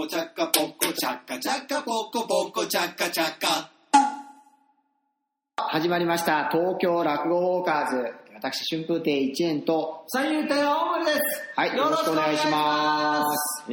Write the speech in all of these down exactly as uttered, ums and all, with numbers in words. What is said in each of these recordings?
チャッカポッコチャッカチャッカポッコポッコチャッカチャッカ。 始まりました東京落語ウォーカーズ。私春風亭一円と三遊亭大森です。 はい、よろしくお願いします。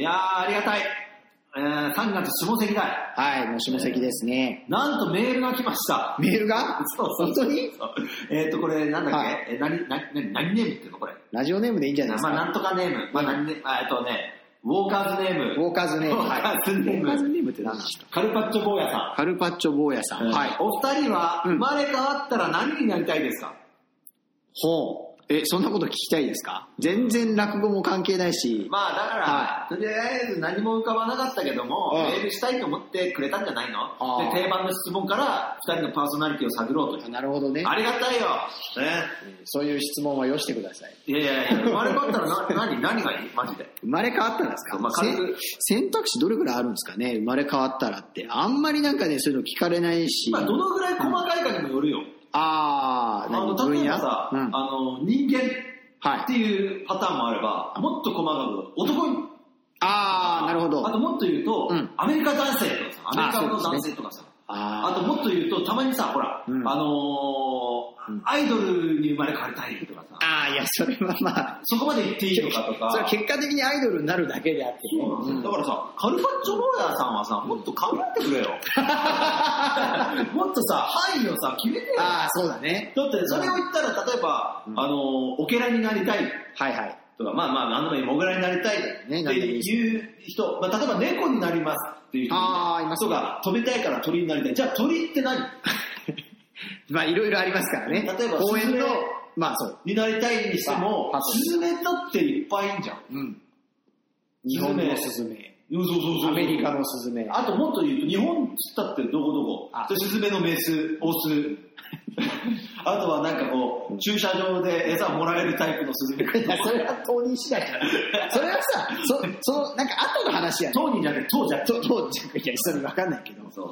いやーありがたい、えー、さんがつ下関だ。 はい、もう下関ですね。 なんとメールが来ました。 メールがそうそう本当にえっとこれなんだっけ、 はい、 え何何何何ネームっていうのこれ。 ラジオネームでいいんじゃないですか。 まあなんとかネーム、まあ何ね、えっとねウォーカーズネーム。 ウォーカーズネーム。 ウォーカーズネーム。 ウォーカーズネームって何ですか。 カルパッチョ坊やさん。 カルパッチョ坊やさん。 うん、 はい。 お二人は生まれ変わったら何になりたいですか。 ほう。え、そんなこと聞きたいですか。全然落語も関係ないし。 まあだから、 はい、 とりあえず何も浮かばなかったけども、 うん、 メールしたいと思ってくれたんじゃないの。で、定番の質問からふたりのパーソナリティを探ろうと。 なるほどね。 ありがたいよ。ね。 そういう質問はよしてください。 いやいやいや、生まれ変わったらな何何がいいマジで。 生まれ変わったらですか。まあ、選択肢どれぐらいあるんですかね。生まれ変わったらってあんまりなんかねそういうの聞かれないし。 まあどのぐらい細かいかにもよるよ。うん、 ああ、 あの例えばさ、うん、あの人間っていうパターンもあれば、はい、もっと細かく男に。 ああ、なるほど。 あともっと言うと、うん、アメリカ男性とかさ、アメリカの男性とかさ、あ, あともっと言うとたまにさほら、うん、あのーうん、アイドルに生まれ変わりたいとかさ。 ああ、いやそれはまあそこまで言っていいのかとか。 それは結果的にアイドルになるだけであって、ね、 うん、だからさカルパッチョ坊やさんはさもっと考えてくれよ。もっとさ範囲をさ決めてよ。 ああそうだね。 だってそれを言ったら例えば、うん、あのー、オケラになりたい。 はいはい。 とかまあまあ何でもいいモグラになりたいっていう人、まあ、例えば猫になりますっていう人とか飛びたいから鳥になりたい。じゃあ鳥って何？ まあいろいろありますからね。 例えば公園のまあそうになりたいにしてもスズメだっていっぱいいんじゃん。 うん。日本のスズメ。 そうそうそうそう。 アメリカのスズメ。 あともっと言うと日本っつったってどこどこ。スズメのメスオス。あとはなんかこう駐車場で餌もらえるタイプのスズメ。 いやそれは当人次第じゃない。それはさそそのなんか後の話やね。 当人じゃねえ当じゃ当当じゃいやそれ分かんないけど。 そう。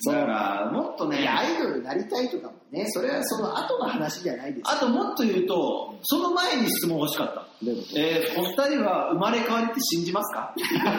だからもっとねアイドルになりたいとかもねそれはその後の話じゃないです。 あともっと言うとその前に質問欲しかった。 どういうこと？ えー、お二人は生まれ変わりって信じますか？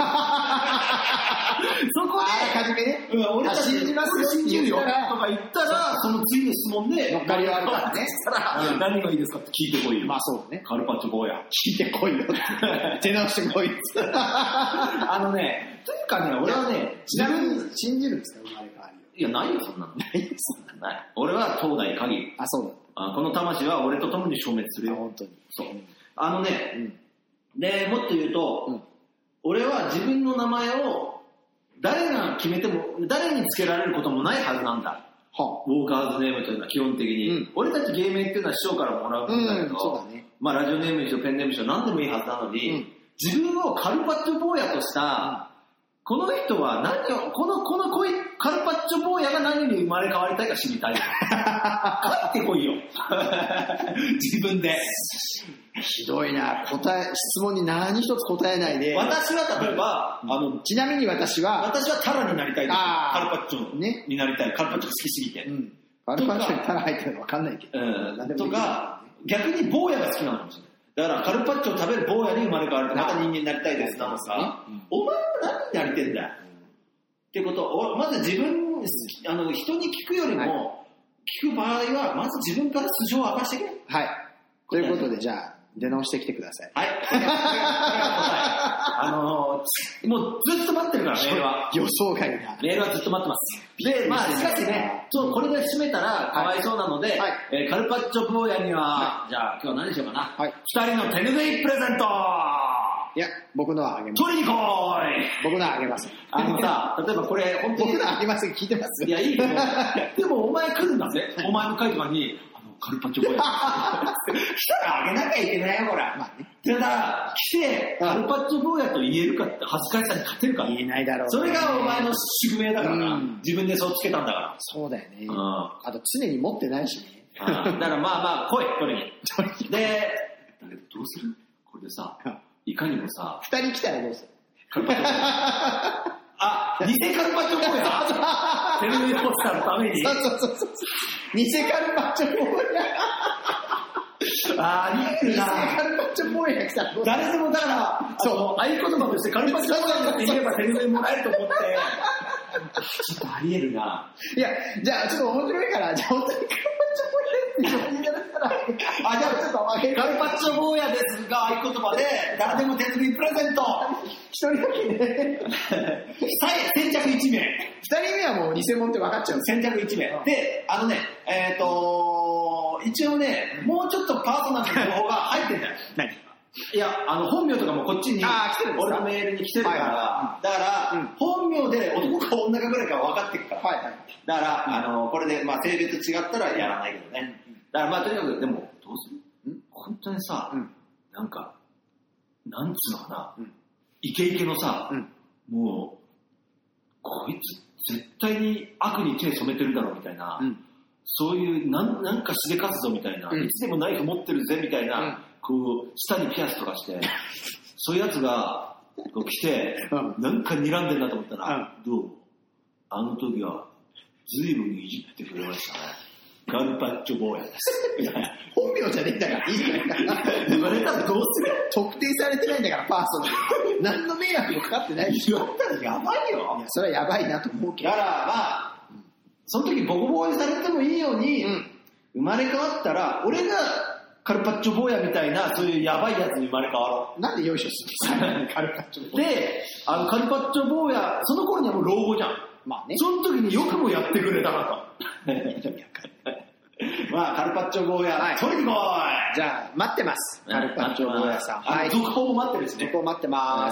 そこではじめね、 うん、俺たち信じますよ信じるよとか言ったらその次の質問で乗っかりはあるからね。 うん、何がいいですかって聞いてこいよ。 まあそうだね。 カルパッチョ坊や聞いてこいよ手直してこいあのねというかね俺はねちなみに信じるんですか生まれ変わり。 いやないよそんなの。 ないよそんなのない。俺は東大限り。 あそうだ。 あこの魂は俺と共に消滅するよ。 本当に。 そう。あのね、うん、でもっと言うと、うん、俺は自分の名前を誰が決めても誰につけられることもないはずなんだ。はあ、ウォーカーズネームというのは基本的に、うん、俺たち芸名っていうのは師匠からもらうもんだけど、うんそうだね、まあラジオネームにしろペンネームにしろ何でもいいはずなのに、うん、自分をカルパッチョ坊やとした、うん、この人は何をこのこの恋カルパッチョ坊やが何に生まれ変わりたいか知りたい。帰ってこいよ。自分で。 ひどいな。答え質問に何一つ答えないで。 私は例えば、 うん、あのちなみに私は私はタラになりたいです。カルパッチョになりたい。カルパッチョ好きすぎて。 うん、カルパッチョにタラ入ってるの分かんないけど。 うん、とか逆に坊やが好きなのかもしれない。だからカルパッチョを食べる坊やに生まれ変わるとまた人間になりたいですなのか、うん、お前は何になりてんだよ、うん、ってことをまず自分あの人に聞くよりも、はい、聞く場合はまず自分から素性を明かしてくれ。 はいということでじゃあ出直してきてください。 はいあのー、もうずっと待ってるからメールは予想外なメールはずっと待ってます。でまあしかしねそうこれで締めたらかわいそうなので、はいえー、カルパッチョ坊やには、はい、じゃあ今日は何しようかな、はい、ふたりの手拭いプレゼント。 いや僕のはあげます。 取りに来い。 僕のはあげます。 あのさ例えばこれ本当に僕のはあげます。聞いてます。 いやいいけどでもお前来るんだぜ。お前の会とかにカルパッチョ坊や来たらあげなきゃいけないよこれ。まあね。ただ来てカルパッチョ坊やと言えるかって恥ずかしさに勝てるか。 言えないだろう、ね。 それがお前の宿命だからな、うん。自分でそうつけたんだから。 そうだよね。 うん、あと常に持ってないしね。 だからまあまあ来い取りに。でだけどどうするこれでさいかにもさ二人来たらどうする。 カルパッチョ坊や。あ偽カルパッチョ坊や。テレビポスターのために。 そうそうそうそう。偽カルパッチョ坊や。 あー、ありえるな。 カルパッチョ坊やが来たら、 誰でもだから、そう、合言葉としてカルパッチョ坊やって言えば全然もらえると思って、ちょっとありえるな。 いや、じゃあちょっと面白いから、じゃあ本当にカルパッチョ坊やって言っていただいたら、 あ、じゃあちょっと、カルパッチョ坊やですが合言葉で、誰でも手作りプレゼント。 一人だけね。 先着いち名。 二人目はもう偽物って分かっちゃう。 先着いち名。で、あのね、えっと、一応ね、もうちょっとパーソナルな情報が入ってんだよ。 何いや、あの、本名とかもこっちに、 あ来てるんですか俺のメールに来てるから、 はいだから、 うん、 本名で男か女かぐらいか分かってくから。 はいはい。 だから、あの、これで、まあ、性別違ったらやらないけどね。だから、まあ、とにかく、でも、どうするん本当にさ、 うん、 なんか、なんつうのかな、 うん、 イケイケのさ、 うん、 もう、こいつ絶対に悪に手染めてるだろうみたいな、うん、そういうなんなんかしでかすぞみたいな、うん、いつでもナイフ持ってるぜみたいな、うん、こう舌にピアスとかしてそういうやつがこう来て、うん、なんか睨んでんなと思ったら、うん、どうあの時は随分いじってくれましたね。カルパッチョ坊やです。 本名じゃねえんだからいいじゃないか。 言われたらどうする？ 特定されてないんだから、パーソナル。何の迷惑もかかってないでしょ。 言われたらやばいよ。 いや、それはやばいなと思うけど。 だから、まあ、その時ボコボコにされてもいいように、うん、生まれ変わったら、俺がカルパッチョ坊やみたいな、そういうやばいやつに生まれ変わろう。 なんでよいしょするんですかカルパッチョ坊や。で、あの、カルパッチョ坊や、その頃にはもう老後じゃん。 まあね。 その時によくもやってくれたなと。まあ、カルパッチョ坊や、はい、取りに来い。 じゃあ、待ってます。カルパッチョ坊やさん。 はい。続報も待ってるしね。 続報待ってます。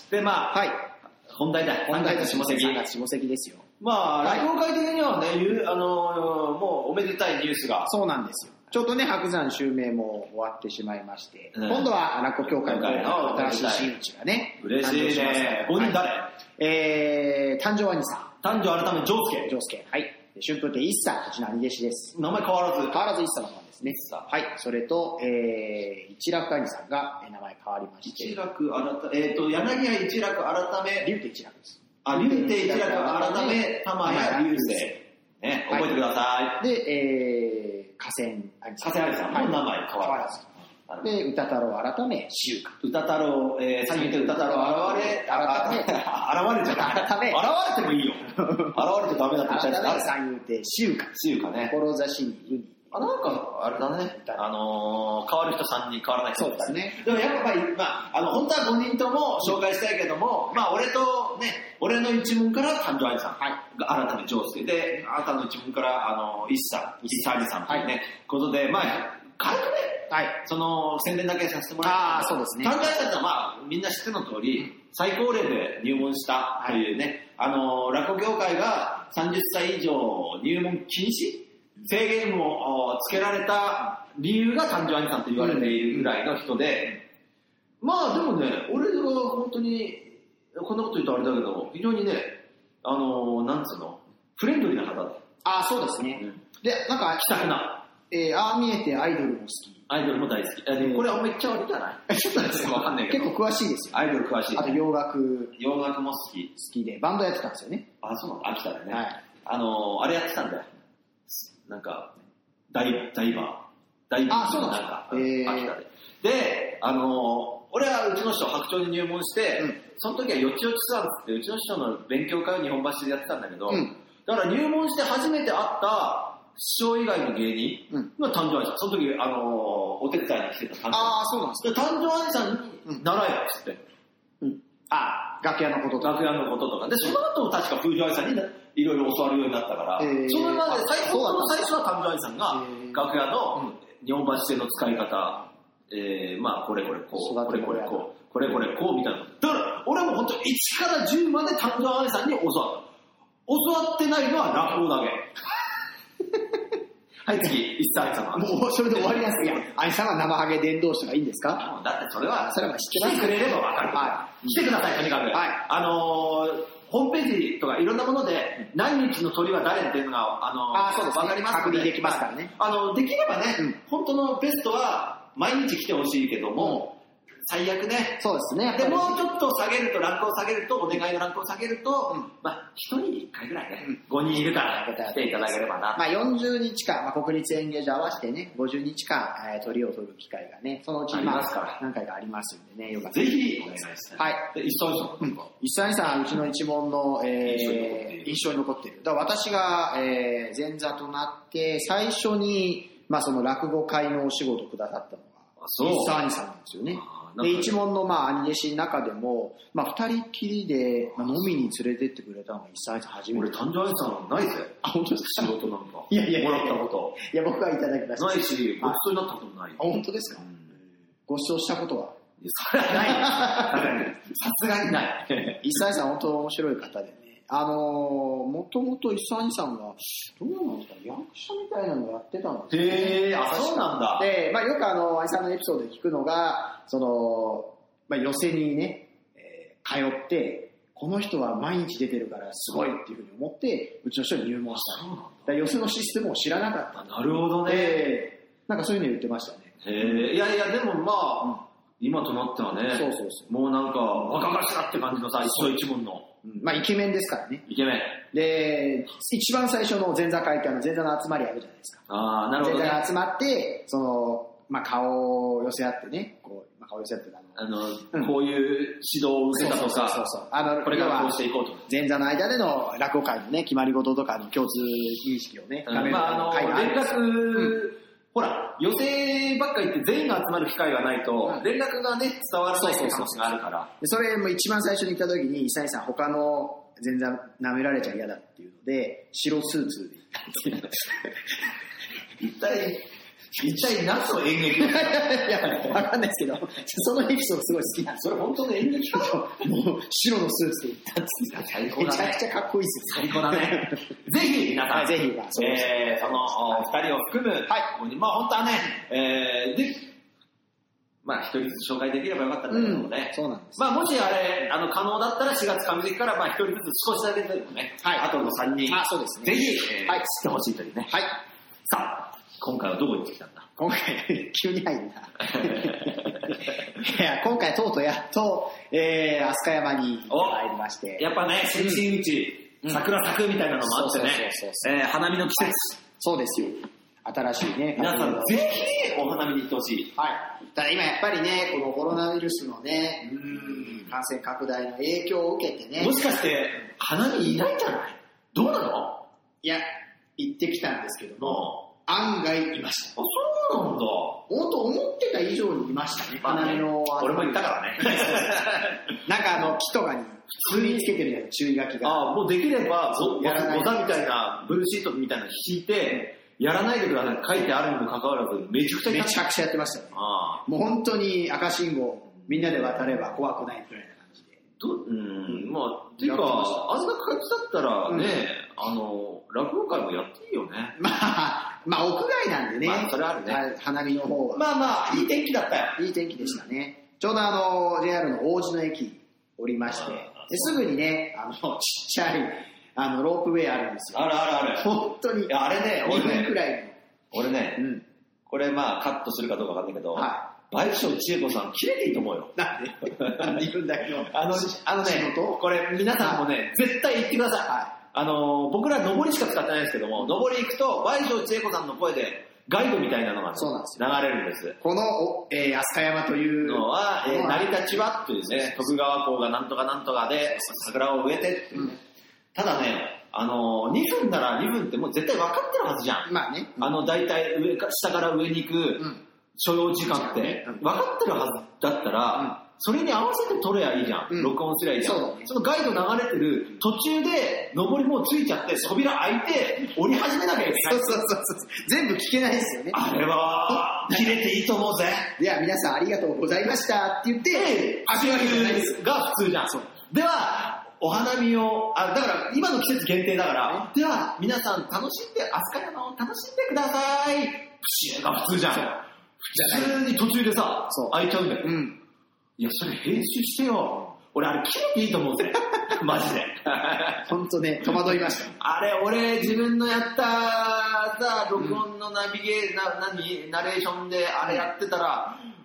で、まあ、はい。本題だ。 本題と下関。 さんがつ下関ですよ。 まあ、落語会的にはね、あの、もうおめでたいニュースが。 そうなんですよ。ちょうどね、白山襲名も終わってしまいまして、うん、今度は落語協会の新しい真打ちがね、 嬉しいね。ごにん誰、 はい、えー、誕生兄さん。 誕生改め、ジョウスケ。 ジョウスケ。はい。春風亭一茶、うちの兄弟子です。 名前変わらず。 変わらず一茶の方ですね。はい。それと、えー、一楽兄さんが名前変わりまして。 一楽改め、えっ、ー、と、柳家一楽改め。 龍亭一楽です。 あ、龍亭一楽改め、玉屋龍星。ね、覚えてください。で、えー、河川兄さん。河川兄さんも名前変わらず。 で、歌太郎改め、週刊。 歌太郎、えー、さっき言った歌太郎現れ、 改め、 現れちゃダメ。現れてもいいよ。現れてダメだって言っちゃう。 改め三遊亭、週刊。 週刊ね。 志に湯に。 あ、なんか、あれだね。あのー、変わる人さんにん変わらない人そうですね。 でもやっぱり、まあ、あの、本当はごにんとも紹介したいけども、うん、まあ、俺とね、俺の一門から誕生兄さんが改め上手で、あなたの一門から、あの、一茶、一茶兄さんというね、はい、ことで、まあ、軽くね、はい、その宣伝だけさせてもらって、 ああ、そうですね。 誕生兄さんってまあ、みんな知っての通り、うん、最高齢で入門したというね、はい、あの、落語協会がさんじゅっさい以上入門禁止制限をつけられた理由が誕生兄さんと言われているぐらいの人で、うん、まあでもね、俺が本当に、こんなこと言うとあれだけど、非常にね、あの、なんつうの、フレンドリーな方だ。 ああ、そうですね。うん、で、なんか、 気さくな。 えー、ああ見えてアイドルも好き。 アイドルも大好き。でもこれあんま言っちゃ悪いじゃないちょっとね、わかんないけど。 結構詳しいですよ。 アイドル詳しい、ね。 あと洋楽。 洋楽も好き。 好きで、バンドやってたんですよね。 あ、そうなんだ。秋田でね。 はい。 あの、あれやってたんだよ。なんか、ダイダイバー。ダイバー。 あ、そうなんだ。 えー、秋田で。で、あの、俺はうちの師匠、白鳥に入門して、うん、その時はよちよちツアーってうちの師匠の勉強会を日本橋でやってたんだけど、うん、だから入門して初めて会った師匠以外の芸人の誕生兄さん、その時、あのー、お手伝いに来てた誕生兄さん。 ああ、そうなんですか。誕生兄さんに習えよっつって。 うん。ああ、楽屋のこととか。 楽屋のこととか。で、その後確か風情兄さんにいろいろ教わるようになったから、えー、それまで最初の最初は誕生兄さんが楽屋の日本橋製の使い方、えー、まあ、これこれこう、これこれこう、これこれこうみたいな。だから、俺も本当いちからじゅうまで誕生兄さんに教わった。教わってないのは落語だけ。はい、次、一茶兄様。 もうそれで終わりなんですよ。兄さんは生ハゲ伝道師とかいいんですか？ だってそれは、 それは知ってます。 来てくれればわかる。はい。来てください、とにかく。はい。あのー、ホームページとかいろんなもので、何日の鳥は誰っていうのが、あのー、 あ、そうですね。 わかります確認できますからね。 あの、できればね、うん、本当のベストは毎日来てほしいけども、 最悪ね。 そうですね。 で、もうちょっと下げると、ランクを下げると、お願いのランクを下げると、 うん、 まあ、一人に一回ぐらいね、うん、ごにんいるから来ていただければな。 まあ、よんじゅうにちかん、まあ、国立演芸場合わせてね、ごじゅうにちかん、えー、鳥を取る機会がね、そのうちに、まあ、何回かありますんでね、よかったぜひお願いします。 はい。 で、一斉さん、うん、 一斉さん、うちの一門の、えー、印象に残っている。だから私が、えー、前座となって、最初に、まあ、その落語会のお仕事をくださったのが、一斉兄さんなんですよね。で、一門の、まあ、兄弟子の中でも、まあ、二人っきりで、まあ、飲みに連れてってくれたのが一斉さん初めて。 俺、誕生日さんないぜ。 あ、本当ですか？ 仕事なんか。 いやいやいやもらったこと。 いや、僕はいただきました。 ないし、ごちそうになったこともない。 あ、本当ですか？うん、ご馳走したことは？ それはない。さすがにない。 一斉さん、本当面白い方でね。あのー、もともと一斉さんが、どうなんですか、役者みたいなのをやってたんですよ、ね。 へー、あ、そうなんだ。 で、まあ、よくあの、愛さんのエピソードで聞くのが、その、まあ、寄席にね、えー、通って、この人は毎日出てるからすごいっていうふうに思って、うちの人に入門した。そうなんだ。だから寄席のシステムを知らなかったんだ。 なるほどね。 えー、なんかそういうの言ってましたね。 へー、いやいや、でもまあ、うん、今となってはね、 そうそうそう、 もうなんか若頭って感じのさ、一生一門の、 うん、まあイケメンですからね。 イケメンで、一番最初の前座会ってあの前座の集まりあるじゃないですか。 ああ、なるほど、ね、 前座が集まってその、まあ、顔を寄せ合ってね、こう、まあ、顔を寄せ合ってあのあの、うん、こういう指導を受けたとか、そうそうそうそう、あのこれからこうしていこうと、前座の間での落語会のね決まり事とかの共通認識をね、 うん、まああの連絡、うん、ほら、予定ばっかりって全員が集まる機会がないと、うん、連絡がね、伝わらない可能性があるから。 それも一番最初に行った時に、伊佐さん、他の前座舐められちゃ嫌だっていうので、白スーツで行ったんです一体、一体何の演劇いや、わかんないですけど、そのエピソードすごい好きなんです。 それ本当の演劇かもう白のスーツで行ったんです最高だね。 めちゃくちゃかっこいいですよ。最高だね。ぜひ、皆さん、 はい、ぜひ、 まあ、そ, えー、その二人を含む、はい、まあ本当はね、えー、で、まあ一人ずつ紹介できればよかったんだけどもね、 うん、そうなんです。 まあもしあれ、あの、可能だったらしがつ上期から、まあ一人ずつ少しだけでもね、はい、あとのさんにん、 あ、そうですね。 ぜひ、えー、はい、知ってほしいというね。 はい。 さあ、今回はどこに行ってきたんだ？ 今回、急に入るな。いや、今回とうとうやっと、えー、飛鳥山に入りまして。 やっぱね、新真打ち、うん、桜咲くみたいなのもあってね、花見の季節。 そうですよ。新しいね。 皆さん、ぜひお花見に行ってほしい。 はい。ただ今やっぱりね、このコロナウイルスのね、うん感染拡大の影響を受けてね。 もしかして、花見いないんじゃない？どうなの？ いや、行ってきたんですけども、案外いました。 あ、そうなんだ。 本当思ってた以上にいましたね。花見の。 俺も行ったからね。 なんかあの、木とかに普通につけてるような注意書きが。 ああ、もうできれば、ボタみたいな、ブルーシートみたいなの引いて、やらないでください。書いてあるにもかかわらず、めちゃくちゃめちゃくちゃやってましたね。あもう本当に赤信号、みんなで渡れば怖くないくらいな感じで。 どうん、まあ、っていうか、あんな感じだったらね、うん、あの、落語会もやっていいよね。 まあ、まあ、屋外なんでね。 まあ、それあるね。 花見の方は。 まあまあ、いい天気だったよ。 いい天気でしたね。ちょうどあの、ジェイアール の王子の駅降りまして、ですぐにね、あの、ちっちゃい、あの、ロープウェイあるんですよ。 あるあるある。 本当に。 いや、あれね、俺ね、 くらいの。 俺ね、うん、これまあ、カットするかどうかわかんないけど、はい。倍賞千恵子さん、切れていいと思うよ。 なんで自分だけの。 あの、あのね、これ皆さんもね、はい、絶対言ってください。はい。あの、僕ら上りしか使ってないんですけども、上り行くと、倍賞千恵子さんの声で、ガイドみたいなのが、ね、 そうなんですよ流れるんです。 この、えー、飛鳥山というのは、えー、成り立ちはっていうね、徳川公がなんとかなんとかで、桜を植えてっていう、うん、ただね、あの、にふんならにふんってもう絶対分かってるはずじゃん。 まあね。 うん、あの、大体上か、下から上に行く、うん所要時間って分かってるはずだったら、うん、それに合わせて撮ればいいじゃん、うん、録音すりゃいいじゃん そ, ね、そのガイド流れてる途中で上りもうついちゃって扉開いて降り始めなきゃいけないそうそうそうそう全部聞けないですよねあれは切れていいと思うぜでは皆さんありがとうございましたって言って足分けが普通じゃんそうではお花見をあだから今の季節限定だから、では皆さん楽しんで飛鳥山を楽しんでくださいプシューが普通じゃん普通に途中でさ、開いちゃうんだよ。うん。いや、それ編集してよ。俺、あれ切れていいと思うぜ。マジで。 ほんとね、戸惑いました。 あれ、俺、自分のやったさ、録音のナビゲー、な、何、ナレーションであれやってたら、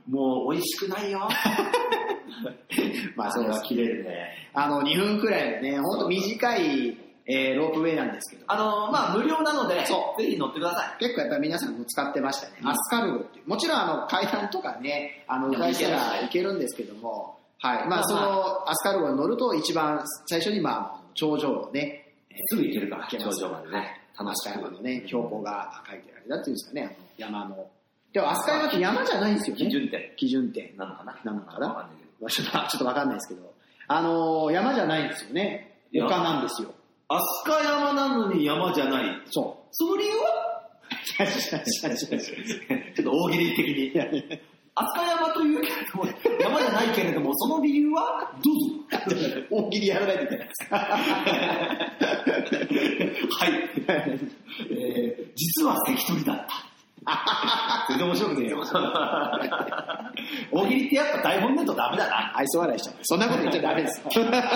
もう美味しくないよ。 まあそうです。 切れるね。 あの、にふんくらいのね、ほんと短い、えー、ロープウェイなんですけど。 あの、まあ無料なので、そうぜひ乗ってください。 結構やっぱり皆さんも使ってましたね。うん、アスカルゴっていう。もちろんあの、階段とかね、あの、迂回したらいけるんですけども、はい。まあその、アスカルゴに乗ると一番最初にまあ、頂上をね、 すぐ行けるから、 頂上までね。飛鳥山のね、標高が書いてある。なんていうんですかね、あの山の。でも、飛鳥山って山じゃないんですよね。 基準点。 基準点。 なのかななのかなわかんないけど。ちょっと、ちょっとわかんないですけど。あのー、山じゃないんですよね。丘なんですよ。 飛鳥山なのに山じゃない。 そう。 その理由はちょっと大喜利的に。飛鳥山というけれども、山じゃないけれども、その理由はどうぞ。 大喜利やらないといけないですか。 はい、えー。実は関取だった。全然面白くねえよ。大喜利ってやっぱ台本ねとダメだな。 愛想笑いしちゃう。そんなこと言っちゃダメです。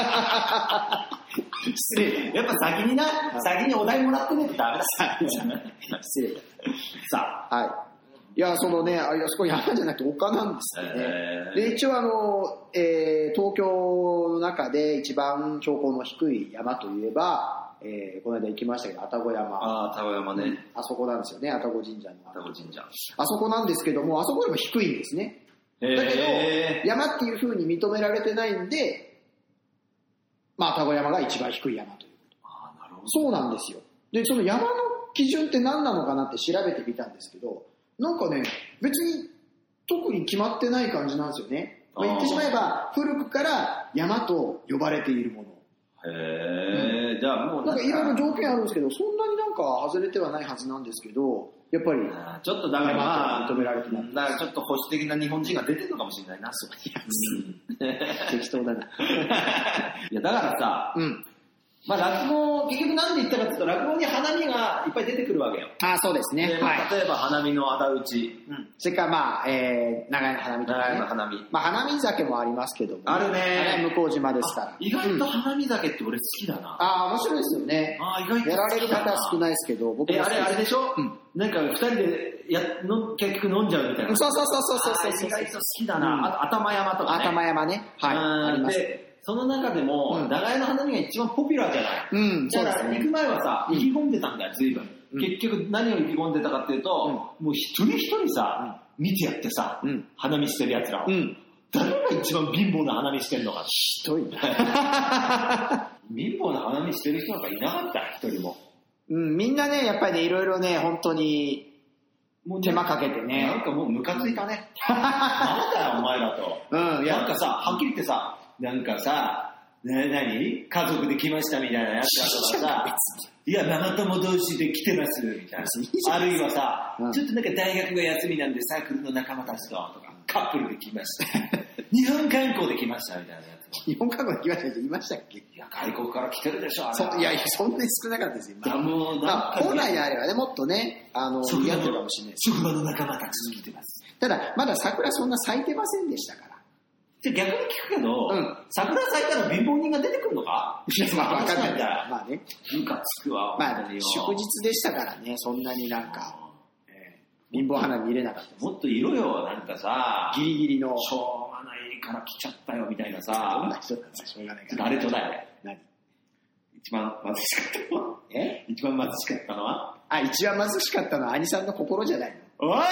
失礼だ。 やっぱ先にな、先にお題もらってねとダメだ。 失礼だ。 さあ。 はい。いや、そのね、あそこ山じゃなくて丘なんですよね。えー、で、一応あの、えー、東京の中で一番標高の低い山といえば、えー、この間行きましたけど、愛宕山。 ああ、愛宕山ね、うん。 あそこなんですよね、愛宕神社の。 愛宕神社。 あそこなんですけども、あそこよりも低いんですね。だけど、山っていう風に認められてないんで、まあ、愛宕山が一番低い山ということ。 ああ、なるほど。 そうなんですよ。で、その山の基準って何なのかなって調べてみたんですけど、なんかね、別に特に決まってない感じなんですよね。まあ、言ってしまえば、古くから山と呼ばれているもの。 へー、うん、じゃあもうなんかいろいろ条件あるんですけど、そんなになんか外れてはないはずなんですけど、やっぱり、 ちょっとだからまあ、 認められてない。 だからちょっと保守的な日本人が出てるのかもしれないな。 そういや、うん、適当だな。 いや、だからさ、うん。まあ落語、結局なんで言ったかっていうと、落語に花見がいっぱい出てくるわけよ。 ああ、そうですね。 はい、例えば花見の仇討ち。 うん。それからまあ、えー、長屋の花見とか、ね。 長屋の花見。 まあ花見酒もありますけども、ね。 あるね。 あれ向島ですから。 意外と花見酒って俺好きだな。うん、 ああ、面白いですよね。 ああ、意外と。 やられる方は少ないですけど、 僕え、あれ、あれでしょうん。なんか二人でやの結局飲んじゃうみたいな。 そうそうそうそうそうそう。 意外と好きだな。うん、あと、頭山とかね。 頭山ね。はい。あります。 その中でも、うん、長屋の花見が一番ポピュラーじゃない。 うん、 だから、行く前はさ、意気込んでたんだよ、随分。うん、結局、何を意気込んでたかっていうと、うん、もう一人一人さ、うん、見てやってさ、うん、花見してる奴らを、うん。誰が一番貧乏な花見してんのか。 一人貧乏な花見してる人なんかいなかった、一人も。 うん、みんなね、やっぱりね、いろいろね、本当に、もう手間かけてね。 なんかもうムカついたね。なんだよ、お前らと。 うん、 いやなんかさ、はっきり言ってさ、なんかさ、ね、何家族で来ましたみたいなやつらとかさ、いや、ママ友同士で来てますみたいな。あるいはさ、うん、ちょっとなんか大学が休みなんでサークルの仲間たちととか、カップルで来ました。日本観光で来ましたみたいなやつ。 日本観光で来ましたって言いましたっけ？ いや、外国から来てるでしょ、あれ。 そいやいや、そんなに少なかったですよ。 あもうまあ、本来であればね、もっとね、あの、 職場のかもしれない。 職場の仲間たちと来てます。 ただ、まだ桜そんな咲いてませんでしたから。 じゃ逆に聞くけど、うん、桜咲いたら貧乏人が出てくるのか？ いや、まあ分かんないから。まあね。 ムカつくわ。 まあ、祝日でしたからね、そんなになんか、えー、貧乏花見れなかった。 もっといろよ、なんかさ、 ギリギリの。 しょうがないから来ちゃったよ、みたいなさ。 どんな人なんですか、しょうがないから。 誰とだよ。 何？ 一番貧しかったのはえ一番貧しかったのはあ、一番貧しかったのは兄さんの心じゃないの。 おい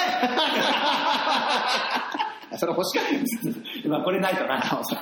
それ欲しかったんです。 まあこれないとな。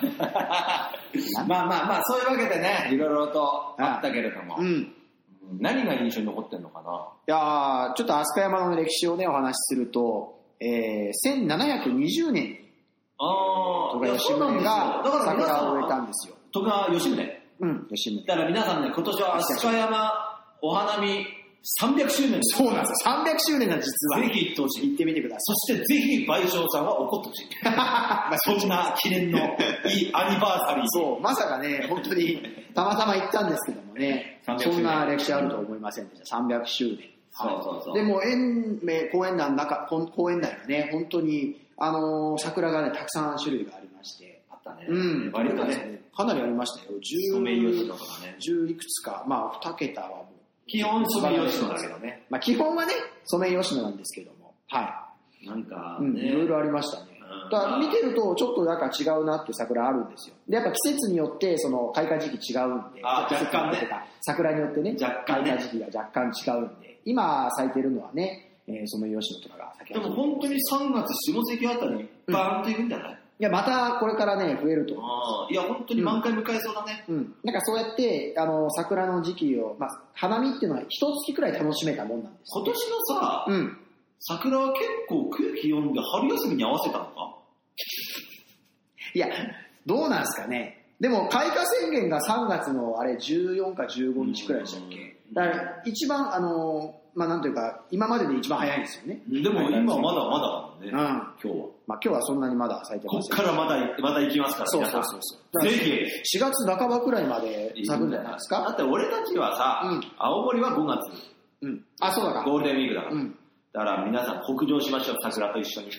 まあまあまあ、そういうわけでね、いろいろとあったけれども。うん。何が印象に残ってんのかな。 いやー、ちょっと飛鳥山の歴史をね、お話しすると、えー、せんななひゃくにじゅうねんに、 あ徳川吉宗が桜を植えたんですよ。 徳川吉宗。 うん、吉宗。 だから皆さんね、今年は飛鳥山お花見さんびゃくしゅうねんです。 そうなんですよ。さんびゃくしゅうねんなん実は。 ぜひ行ってほしい。 行ってみてください。 そしてぜひ倍賞さんは怒ってほしい。そんな記念のいいアニバーサリー。 そう、まさかね、本当にたまたま行ったんですけどもね、そんな歴史あると思いませんでした。さんびゃくしゅうねん。 そうそうそう。 でも園名、公園内の中、公園内がね、本当に、あのー、桜がね、たくさん種類がありまして。 あったね。 うん。 割とね。 かなりありましたよ。じゅう、 ソメイヨシノとかね。 じゅういくつか、まあ、に桁はもう。 基本ソメイヨシノだけどね。 まあ基本はね、ソメイヨシノなんですけども。はい。 なんか、 ね、うん、いろいろありましたね。 だから見てるとちょっとなんか違うなっていう桜あるんですよ。でやっぱ季節によってその開花時期違うんで、 あ若干ね、 桜によってね、 若干ね開花時期が若干違うんで、今咲いてるのはね、えー、その吉野とかが咲き始めて。 でも本当にさんがつ下関あたりにバーンといくんじゃない？うん、 いやまたこれからね増えると思います。 いや本当に満開迎えそうだね。 うん。うん、なんかそうやってあの桜の時期を、まあ花見っていうのは一月くらい楽しめたもんなんです。 今年のさ、 うん、桜は結構空気読んで春休みに合わせたのか？ いやどうなんですかね。でも開花宣言がさんがつのあれじゅうよっかじゅうごにちくらいでしたっけ？だから一番あのまあなんというか今までで一番早いんですよね。 でも今まだまだだもんね。うん。今日は。 まあ今日はそんなにまだ咲いてます。 こっからまだまた行きますから。 そうそうそうそう。ぜひしがつなかばくらいまで咲くんじゃないですか。 だって俺たちはさ、うん、青森はごがつ。 うん。あそうだか。 ゴールデンウィークだから。 うん。 だから皆さん北上しましょう、桜と一緒に。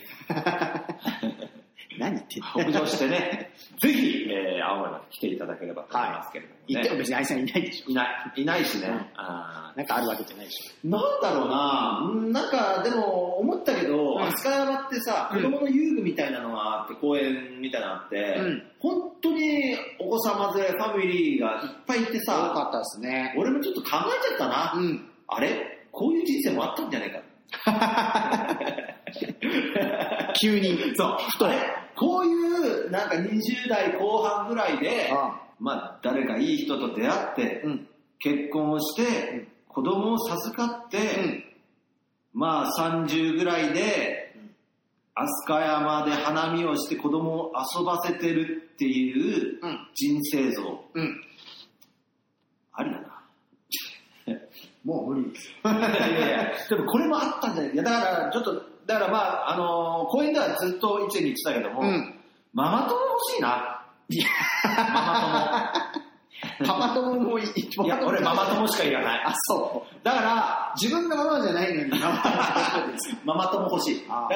何言ってんの？北上してね、ぜひ、えー、青森まで来ていただければと思いますけれども、ね。 行っても別に愛さんいないでしょ。 いない。いないしね。 うん、あなんかあるわけじゃないでしょ。なんだろうな、なんかでも思ったけど、飛鳥山ってさ、子供の遊具みたいなのがあって、公園みたいなのがあって、うん、本当にお子様連れ、ファミリーがいっぱいいてさ、 多かったですね。 俺もちょっと考えちゃったな。うん、あれこういう人生もあったんじゃないか。 急に。 そう。あれこういうなんかにじゅう代後半ぐらいで、ああまあ誰かいい人と出会って、うん、結婚をして、うん、子供を授かって、うん、まあさんじゅうぐらいで、飛鳥山で花見をして子供を遊ばせてるっていう人生像。うん、ありだな。 もう無理ですよ。 いやいや、でもこれもあったんじゃない？いやだからちょっと、だからまあ、あのー、公園ではずっと一年に言ってたけども、うん、ママ友欲しいな。いや、ママ友。 パパ友もいい。 いや、俺ママ友しかいらない。 あ、そう。だから、自分がママじゃないのにママ友欲しい。 ママ友欲しい。だから、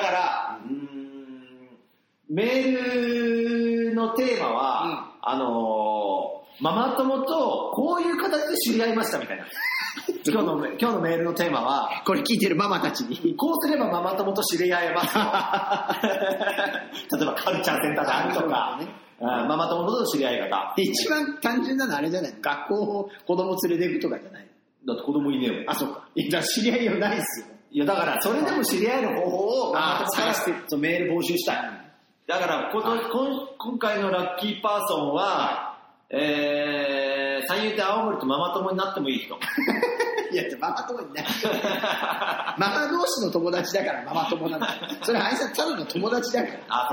うーん、メールのテーマは、うん、あのー、ママ友とこういう形で知り合いましたみたいな。今日の、今日のメールのテーマは、 これ聞いてるママたちに、 こうすればママ友と知り合えますよ。例えばカルチャーセンターであるとか、ね、ママ友と知り合い方。 一番単純なのはあれじゃないの？学校を子供連れていくとかじゃないの？ だって子供いねえもん。 あ、そうか。いや、知り合いはないっすよ。 いや、だからそれでも知り合いの方法をママ友探してそうメール募集したい。だからこの、はい、今回のラッキーパーソンは、えー、三遊亭青森とママ友になってもいい人。 いや、ママ友になる。ママ同士の友達だからママ友なんだよ。それ、愛さんただの友達だから。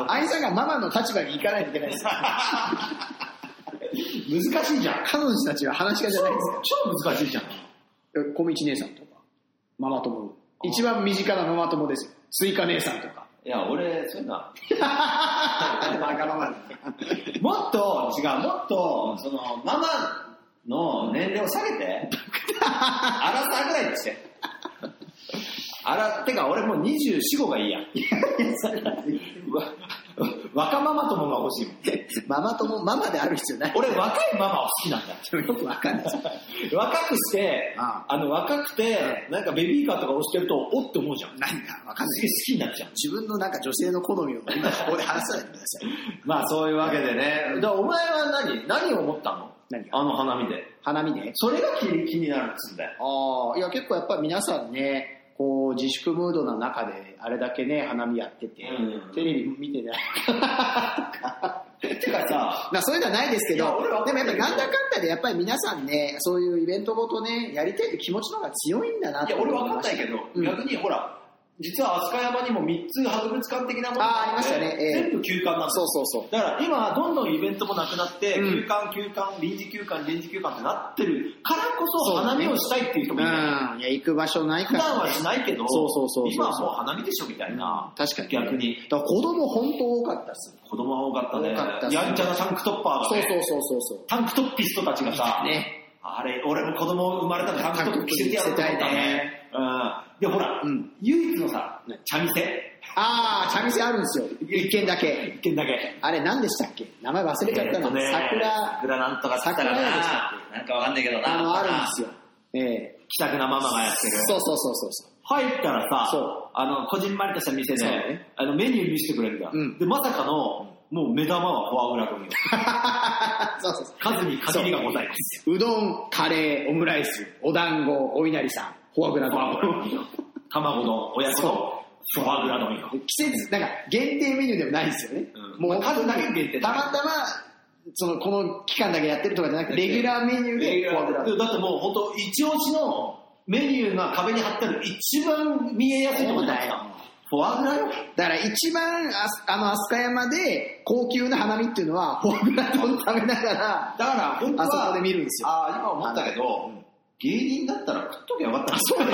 愛さんがママの立場に行かないといけないですよ。 難しいじゃん。 彼女たちは話し家じゃないですか。 超難しいじゃん。 小道姉さんとか、ママ友。一番身近なママ友ですよ。スイカ姉さんとか。 いや、俺、そういうのは。 バカママもっと、違う、もっと、その、ママの年齢を下げて、あらさぐらいにして。あら、てか俺もうにじゅうよん、ごがいいや。若ママ友が欲しいもん。 ママ友、ママである必要ない。 俺若いママは好きなんだ。 よくわかんない。 若くして、ああの若くて、なんかベビーカーとか押してると、おって思うじゃん。 何かわかんない。 好きになっちゃう。 自分のなんか女性の好みを今ここで話さないでください。 まあそういうわけでね。だからお前は何何を思ったの？何あの花見で。 花見でそれが気に、気になるんですんだよ。 ああ、いや結構やっぱり皆さんね、こう自粛ムードの中であれだけね花見やってて、うん、テレビ見てないてかさまあそういうのはないですけど、でもやっぱりなんだかんだでやっぱり皆さんねそういうイベントごとねやりたいって気持ちの方が強いんだなって思いました。いや俺分かんないけど、うん、逆にほら実は飛鳥山にもみっつ博物館的なものがあって、ありましたね、えー、全部休館なんです。 そうそうそう。 だから今どんどんイベントもなくなって、うん、休館休館臨時休館臨時休館ってなってるからこそ花見をしたいっていう人もいる、ね、 うん、いや行く場所ないから、 ね、普段はしないけどそうそうそうそう今はもう花見でしょみたいな、 うん、確かに、 ね、逆にだから子供本当多かったっす。 子供は多かったね。 多かったっす。 やんちゃなタンクトッパーがね、 そうそうそうそう、 タンクトッピストたちがさ、ね、あれ俺も子供生まれたらタンクトップ着せてやると思ったね。うん、でほら、うん、唯一のさ茶店、 ああ茶店あるんですよ、一軒だけ。 一軒だけ。 あれ何でしたっけ、名前忘れちゃったの、 ね、桜桜なんとかって言ったらな、なんかわかんないけどな、 あのあるんですよ、ええー、気さくなママがやってる。 そうそうそうそう。 入ったらさ、 そうあの、こじんまりとした店で、 ね、 あのメニュー見せてくれるんだ。うん、で、まさかの、もう目玉はフォアグラ丼よ。 そうそうそう。 数に限りがございます。 うどん、カレー、オムライス、お団子、お稲荷さん、フォアグラ丼。 卵丼、親子丼、フォアグラ丼よ。 季節、なんか限定メニューでもないんですよね。 うん、もう数だけ限定。 たまたま、その、この期間だけやってるとかじゃなくて、レギュラーメニューでフォアグラ丼。 だってもう本当一押しのメニューが壁に貼ってある一番見えやすいところだよ。フォアグラよ。 だから一番ああの飛鳥山で高級な花見っていうのはフォアグラ丼食べながら、 だから本当はあそこで見るんですよ。 ああ今思ったけど、芸人だったら食っときゃよかった。 そうです。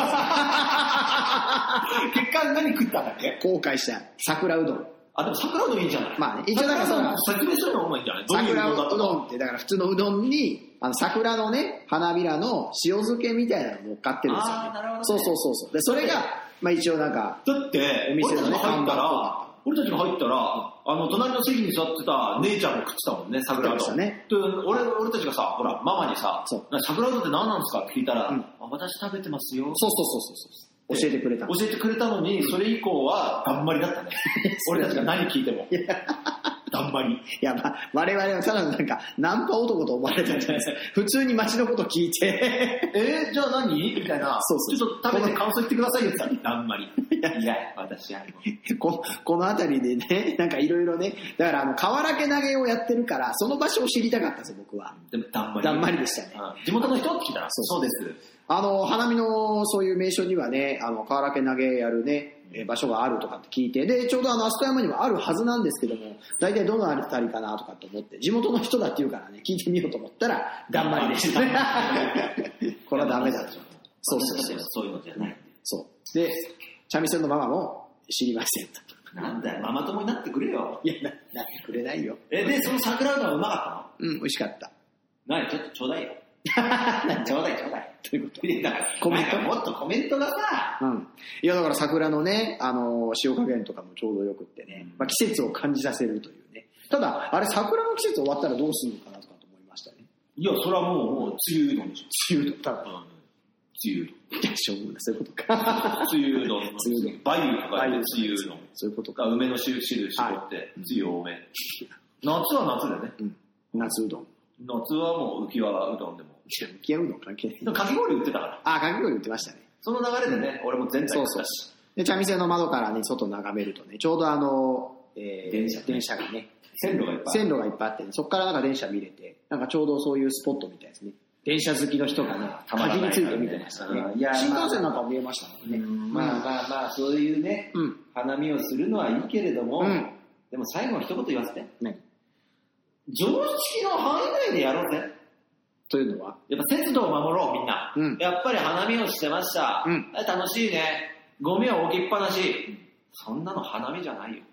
結果何食ったんだっけ？ 後悔した桜うどん。 あでも桜うどんいいんじゃない？ まあね、一応だからその説明するのもいいんじゃない？ 桜うどんってだから普通のうどんにあの桜のね花びらの塩漬けみたいなの乗っかってるんですよ、ね。 ああなるほど、ね。 そうそうそうそう。でそれがまあ一応なんかだってお店のね入ったら。俺たちが入ったら、あの、隣の席に座ってた姉ちゃんも食ってたもんね、桜うどん。 ね、 で俺、俺たちがさ、ほら、ママにさ、桜うどんって何なんですかって聞いたら、うん、あ私食べてますよ。 そうそうそうそう。教えてくれた。 教えてくれたのに、それ以降は、だんまりだったね。俺たちが何聞いても。だんまり。 いや、まあ、我々はただのなんか、ナンパ男と思われたんじゃないですか。普通に街のこと聞いて。 えー、じゃあ何みたいな。そうそう。ちょっと食べて感想言ってくださいよって言ったら、だんまり。いや、いや私はこ。この辺りでね、なんかいろいろね、だからあの、河原家投げをやってるから、その場所を知りたかったんですよ、僕は。 でも、だんまり。 だんまりでしたね。 うん、地元の人って聞いたら、そうです。 あの、花見のそういう名所にはね、あの、河原家投げやるね、えー、場所があるとかって聞いて、で、ちょうどあの、飛鳥山にもあるはずなんですけども、大体どのあたりかなとかと思って、地元の人だって言うからね、聞いてみようと思ったら、だんまりでした。これはダメだと。そうそうそう。 そういうのじゃない。 そう。で、茶店のママも知りませんと。 なんだよ、ママ友になってくれよ。 いや、な、なってくれないよ。 え、で、その桜うどんはうまかったの？うん、美味しかった。 なに、ちょっとちょうだいよ。ちょうだいちょうだい。 ということだからコメントもっとコメントがさ、 うん、いやだから桜のねあの塩加減とかもちょうどよくってね、まあ、季節を感じさせるというね。ただあれ桜の季節終わったらどうするのかなとかと思いましたね。 いやそれはもうもう梅雨うどんでしょ。 梅雨うどん多分、うん、 梅雨うどん。 いやしょうもないそういうことか。 梅雨うどん。梅雨うどん。梅雨とか言って梅雨うどん。 そういうことか。 梅の汁絞って梅雨多め。夏は夏でね。 うん、夏うどん。 夏はもう浮き輪うどんでも。 浮き輪うどん関係ない。 かき氷売ってたから。 あ、かき氷売ってましたね。 その流れでね、俺も全体食ったし。 で、茶店の窓からね、外眺めるとね、ちょうどあの、えー、電車、電車がね、 線路がいっぱい線路がいっぱいあってね、そこからなんか電車見れて、なんかちょうどそういうスポットみたいですね。電車好きの人がね、鍵について見てましたね。いや新幹線なんかも見えましたもんね。 まあまあまあ、そういうね、うん、花見をするのはいいけれども、うん、でも最後の一言言わせて。何？常識の範囲内でやろうぜ。 というのはやっぱ節度を守ろうみんな、うん、やっぱり花見をしてました、うん、楽しいね、ゴミは置きっぱなし、そんなの花見じゃないよ、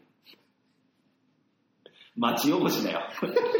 町おこしだよ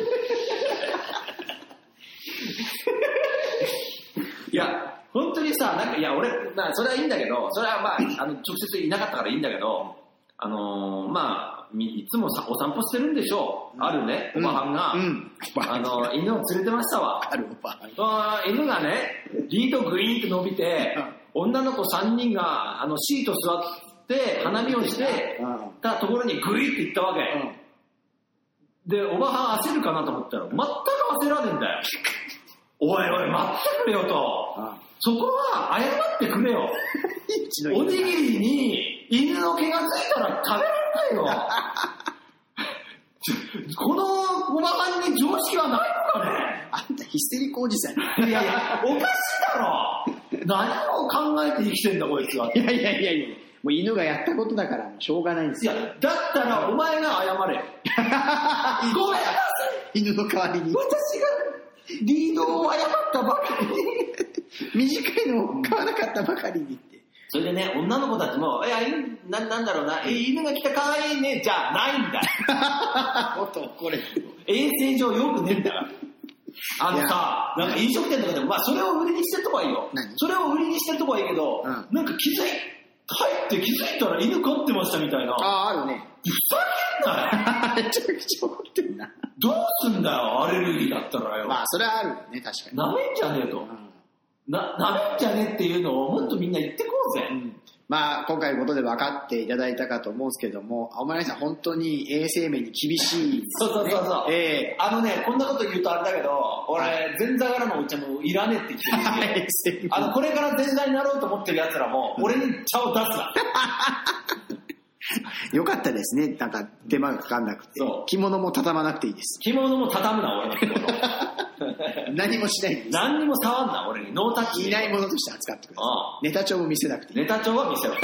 いや本当にさなんかいや俺まあそれはいいんだけど、それはまああの直接いなかったからいいんだけど、あのー、まあいつもさお散歩してるんでしょう、うん、あるねおばはんが、うん、あの犬を連れてましたわ。 あるおばはん犬がねリードグイーンと伸びて、うん、女の子さんにんがあのシート座って花見をしてたところにグイーって行ったわけ、うん、でおばはん焦るかなと思ったら全く焦らねえんだよおいおい待ってくれよと、うん、そこは謝ってくれよおにぎりに犬の毛がついたら食べられないよこのおばはんに常識はないのかね。 あんたヒステリックおじさん。 いやいやおかしいだろ何を考えて生きてんだこいつは。 いやいやいやいやもう犬がやったことだからしょうがないんですよ。 いやだったらお前が謝れごめんなさい犬の代わりに私がリードを謝ったばかりに短いのを買わなかったばかりにって。 それでね女の子たちもいやな、なんだろうなえ犬が来たかわいいねじゃないんだもっとこれ衛生上よくねえんだからあのさなんか飲食店とかでもまあそれを売りにしてるとこはいいよ。それを売りにしてるとこはいいけど、うん、なんか気づい入って気づいたら犬飼ってましたみたいな。 あああるね。 ふざけんなよめちゃくちゃ怒ってんな。 どうすんだよアレルギーだったらよ。 まあそれはあるよね確かに。 なめんじゃねえと、うん、ななめんじゃねえっていうのをもっとみんな言ってこうぜ、うん、 まあ、今回のことで分かっていただいたかと思うんですけども、青森さん本当に衛生面に厳しいですね。 そうそうそうそう。ええー、あのね、こんなこと言うとあれだけど、俺、前座からのお茶もいらねえって言ってるし、あの、これから前座になろうと思ってる奴らも、俺に茶を出すな。 よかったですね。なんか手間がかかんなくて。着物も畳まなくていいです。 着物も畳むな、俺の着物。 何もしないです。 何にも触んな、俺に。ノータッチ。 いないものとして扱ってください。ネタ帳も見せなくていい。 ネタ帳は見せろ。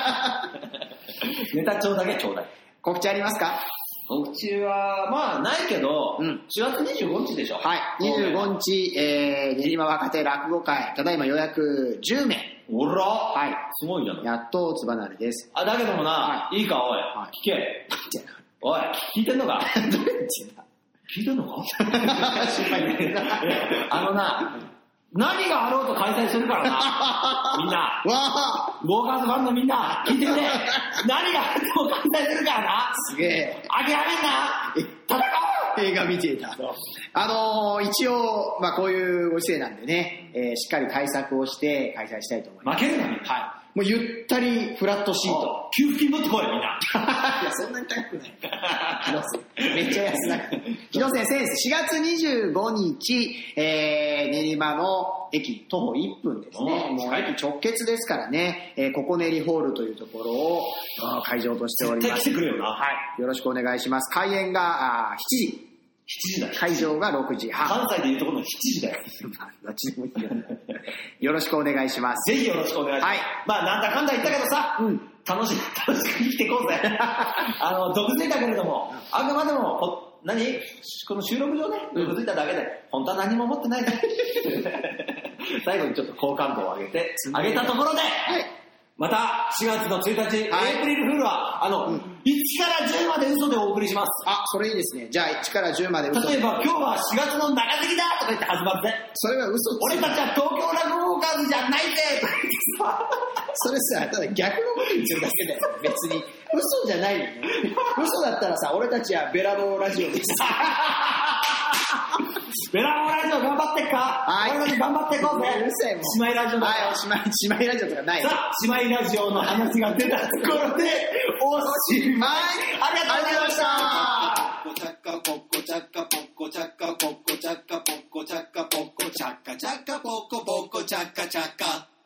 ネタ帳だけちょうだい。 告知ありますか？ 告知は、まあ、ないけど、うん、しがつにじゅうごにちでしょ。 はい。にじゅうごにち、えー、練馬若手落語会、ただいま予約じゅうめい。 おらはい。 すごいじゃない。 やっとつばなれです。 あ、だけどもな、はい、いいか、おい。はい、聞け。おい、聞いてんのか？どういう聞いてんのか？あのな、何があろうと開催するからな。みんな。わぁウォーカーズファンのみんな、聞いてくれ。何があろうと開催するからな。 すげえ。 諦めんな。戦おう。 映画見ていた。あのー、一応、まあこういうご時世なんでね、えー、しっかり対策をして開催したいと思います。 負けるな。はい。 もうゆったりフラットシート。 給付金持ってこい、みんな。 いや、そんなに高くない。広瀬。めっちゃ安い。広瀬先生、しがつにじゅうごにち、えー、練馬の駅徒歩いっぷんですね。もう駅直結ですからね、えー、ここ練りホールというところを会場としております。 絶対来てくれよな。 はい。よろしくお願いします。開演がしちじ。 しちじだよ。 会場がろくじはん。 関西でいうところのしちじだよ。 どっちでもいいよ。よろしくお願いします。 ぜひよろしくお願いします。はい。まあなんだかんだ言ったけどさ、うん、楽しく、楽しく生きていこうぜ。あの、毒づいたけれども、あくまでも、何この収録上ね、毒づいただけで、本当は何も持ってないね。最後にちょっと好感度を上げて、上げたところで、はい、またしがつのついたち、はい、エイプリルフールは、あの、うん、いちからじゅうまで嘘でお送りします。 あ、それいいですね。じゃあいちからじゅうまで嘘。 例えば今日はしがつの長崎だとか言って始まるぜ。 それは嘘。 俺たちは東京落語家じゃないぜとか言ってさ。 それさ、ただ逆のこと言ってるだけだよ。別に。嘘じゃないよね。嘘だったらさ、俺たちはベラボーラジオです。 ベラボーラジオ頑張ってっか？はい。俺たち頑張っていこうぜ。 うるさいもん。 姉妹ラジオだ。 はい、姉妹、姉妹ラジオとかない。 さあ、姉妹ラジオの話が出たところで、おしまい。ありがとうございました。 ポッコチャッカポッコチャッカポッコチャッカポッコチャッカポッコチャッカポッコチャッカチャッカポッコポッコチャッカチャッカ。